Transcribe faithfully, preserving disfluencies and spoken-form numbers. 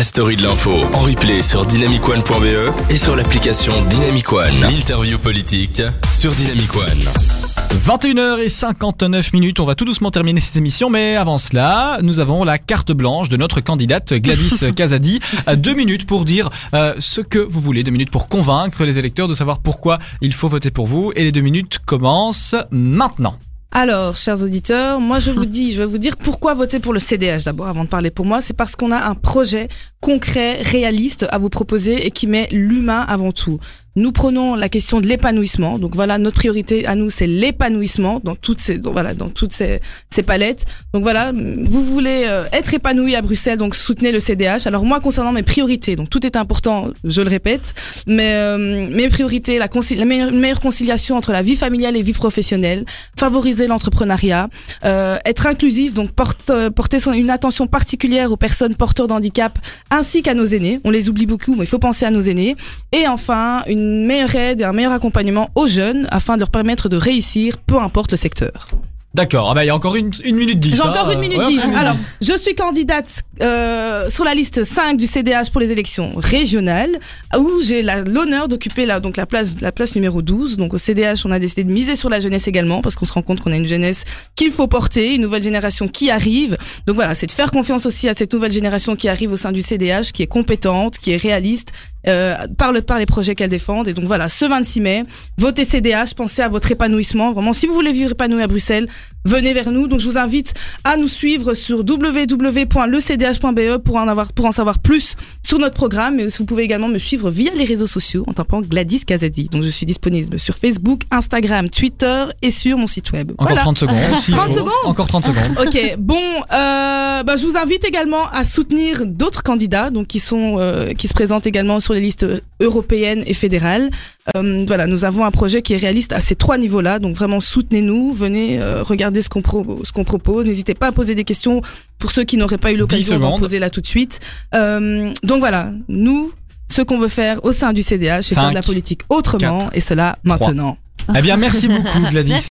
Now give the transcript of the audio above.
la story de l'info en replay sur dynamic one point b e et sur l'application Dynamic One. L'interview politique sur Dynamic One. vingt et une heures cinquante-neuf minutes, on va tout doucement terminer cette émission, mais avant cela, nous avons la carte blanche de notre candidate Gladys Kazadi. Deux minutes pour dire euh, ce que vous voulez, deux minutes pour convaincre les électeurs de savoir pourquoi il faut voter pour vous, et les deux minutes commencent maintenant. Alors, chers auditeurs, moi je vous dis, je vais vous dire pourquoi voter pour le C D H d'abord, avant de parler pour moi. C'est parce qu'on a un projet concret, réaliste à vous proposer et qui met l'humain avant tout. Nous prenons la question de l'épanouissement. Donc voilà, notre priorité à nous, c'est l'épanouissement dans toutes ces, donc voilà, dans toutes ces, ces palettes. Donc voilà, vous voulez euh, être épanoui à Bruxelles, donc soutenez le C D H. Alors moi, concernant mes priorités, donc tout est important, je le répète, mais euh, mes priorités, la, concili- la meilleure, meilleure conciliation entre la vie familiale et vie professionnelle, favoriser l'entrepreneuriat, euh, être inclusif, donc porte, porter son, une attention particulière aux personnes porteurs d'handicap ainsi qu'à nos aînés. On les oublie beaucoup, mais il faut penser à nos aînés. Et enfin, une une meilleure aide et un meilleur accompagnement aux jeunes afin de leur permettre de réussir, peu importe le secteur. D'accord, ah bah il y a encore une, une minute dix. J'ai hein. encore une minute ouais, dix. une minute Alors, dix. je suis candidate euh, sur la liste cinq du C D H pour les élections régionales, où j'ai la, l'honneur d'occuper la, donc la, place, la place numéro douze. Donc au C D H, on a décidé de miser sur la jeunesse également, parce qu'on se rend compte qu'on a une jeunesse qu'il faut porter, une nouvelle génération qui arrive. Donc voilà, c'est de faire confiance aussi à cette nouvelle génération qui arrive au sein du C D H, qui est compétente, qui est réaliste, euh, par, le, par les projets qu'elle défend. Et donc voilà, ce vingt-six mai, votez C D H, pensez à votre épanouissement. Vraiment, si vous voulez vivre épanoui à Bruxelles, venez vers nous. Donc je vous invite à nous suivre sur w w w point le c d h point b e pour en avoir pour en savoir plus sur notre programme. Mais vous pouvez également me suivre via les réseaux sociaux en tapant Gladys Kazadi. Donc je suis disponible sur Facebook, Instagram, Twitter et sur mon site web. Encore Voilà. trente secondes. s'il trente faut. secondes Encore trente secondes. Ok, bon, euh, bah, je vous invite également à soutenir d'autres candidats, donc qui sont euh, qui se présentent également sur les listes européennes et fédérales. Euh, voilà, nous avons un projet qui est réaliste à ces trois niveaux-là, donc vraiment soutenez-nous, venez euh, regarder ce qu'on pro- ce qu'on propose. N'hésitez pas à poser des questions pour ceux qui n'auraient pas eu l'occasion d'en poser là tout de suite. Euh, donc voilà, nous, ce qu'on veut faire au sein du C D H, c'est cinq, faire de la politique autrement, quatre, et cela maintenant. Eh bien, merci beaucoup Gladys.